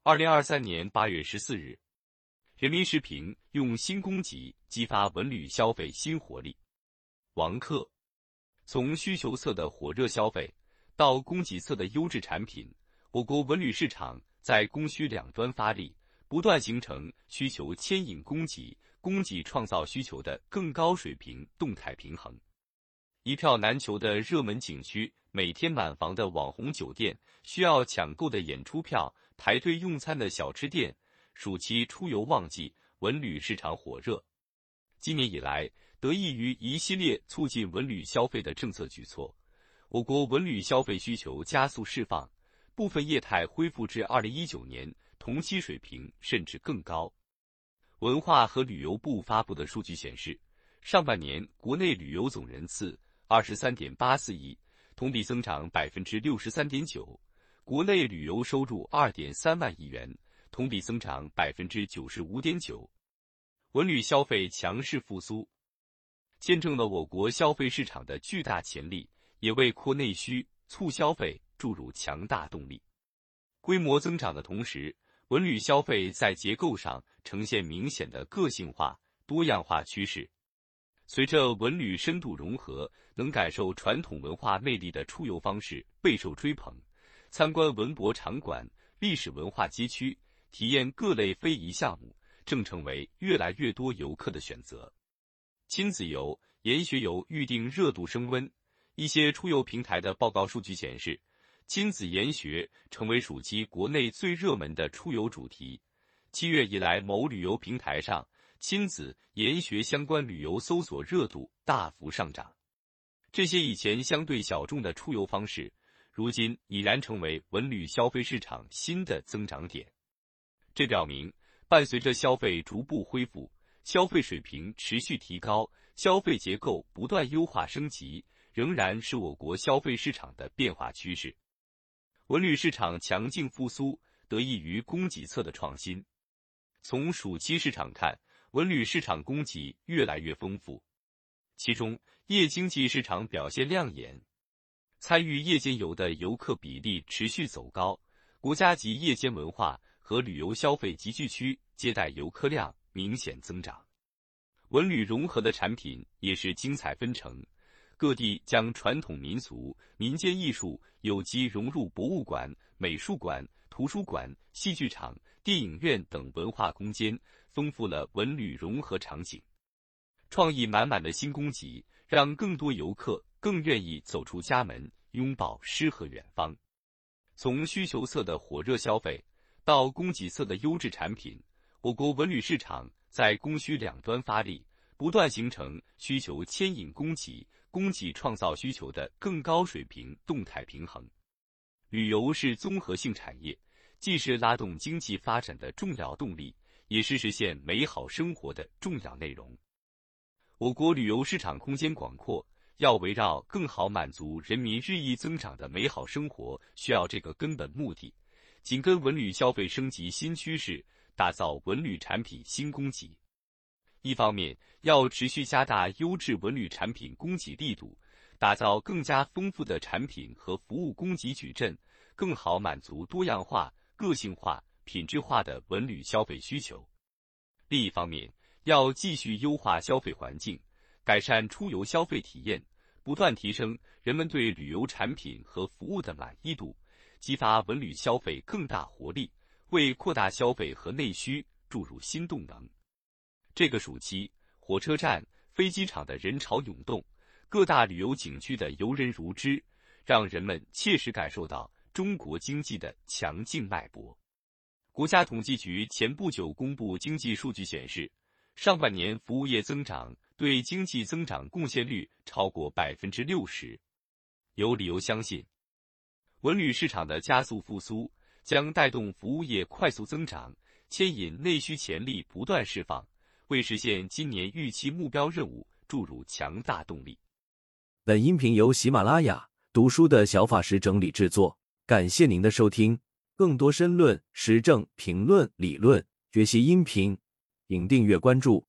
2023年8月14日，人民时评用新供给激发文旅消费新活力。王克，从需求侧的火热消费到供给侧的优质产品，我国文旅市场在供需两端发力，不断形成需求牵引供给、供给创造需求的更高水平动态平衡。一票难求的热门景区，每天满房的网红酒店，需要抢购的演出票，排队用餐的小吃店，暑期出游旺季，文旅市场火热。今年以来，得益于一系列促进文旅消费的政策举措，我国文旅消费需求加速释放，部分业态恢复至2019年同期水平甚至更高。文化和旅游部发布的数据显示，上半年国内旅游总人次23.84亿，同比增长63.9%，国内旅游收入2.3万亿元，同比增长95.9%。文旅消费强势复苏，见证了我国消费市场的巨大潜力，也为扩内需、促消费注入强大动力。规模增长的同时，文旅消费在结构上呈现明显的个性化、多样化趋势。随着文旅深度融合，能感受传统文化魅力的出游方式备受追捧，参观文博场馆、历史文化街区，体验各类非遗项目，正成为越来越多游客的选择。亲子游、研学游预订热度升温，一些出游平台的报告数据显示，亲子研学成为暑期国内最热门的出游主题。7月以来，某旅游平台上亲子研学相关旅游搜索热度大幅上涨。这些以前相对小众的出游方式，如今已然成为文旅消费市场新的增长点。这表明，伴随着消费逐步恢复，消费水平持续提高，消费结构不断优化升级，仍然是我国消费市场的变化趋势。文旅市场强劲复苏，得益于供给侧的创新。从暑期市场看，文旅市场供给越来越丰富，其中夜经济市场表现亮眼，参与夜间游的游客比例持续走高，国家级夜间文化和旅游消费集聚区接待游客量明显增长。文旅融合的产品也是精彩纷呈，各地将传统民俗、民间艺术有机融入博物馆、美术馆、图书馆、戏剧场、电影院等文化空间，丰富了文旅融合场景。创意满满的新供给，让更多游客更愿意走出家门，拥抱诗和远方。从需求侧的火热消费到供给侧的优质产品，我国文旅市场在供需两端发力，不断形成需求牵引供给、供给创造需求的更高水平动态平衡。旅游是综合性产业，既是拉动经济发展的重要动力，也是实现美好生活的重要内容。我国旅游市场空间广阔，要围绕更好满足人民日益增长的美好生活，需要这个根本目的，紧跟文旅消费升级新趋势，打造文旅产品新供给。一方面，要持续加大优质文旅产品供给力度，打造更加丰富的产品和服务供给矩阵，更好满足多样化、个性化、品质化的文旅消费需求。另一方面，要继续优化消费环境，改善出游消费体验，不断提升人们对旅游产品和服务的满意度，激发文旅消费更大活力，为扩大消费和内需注入新动能。这个暑期，火车站、飞机场的人潮涌动，各大旅游景区的游人如织，让人们切实感受到中国经济的强劲脉搏。国家统计局前不久公布经济数据显示，上半年服务业增长对经济增长贡献率超过60%。有理由相信，文旅市场的加速复苏将带动服务业快速增长，牵引内需潜力不断释放，为实现今年预期目标任务注入强大动力。 本音频由喜马拉雅读书的小法师整理制作，感谢您的收听。更多深论、时政、评论、理论、学习音频，请订阅关注。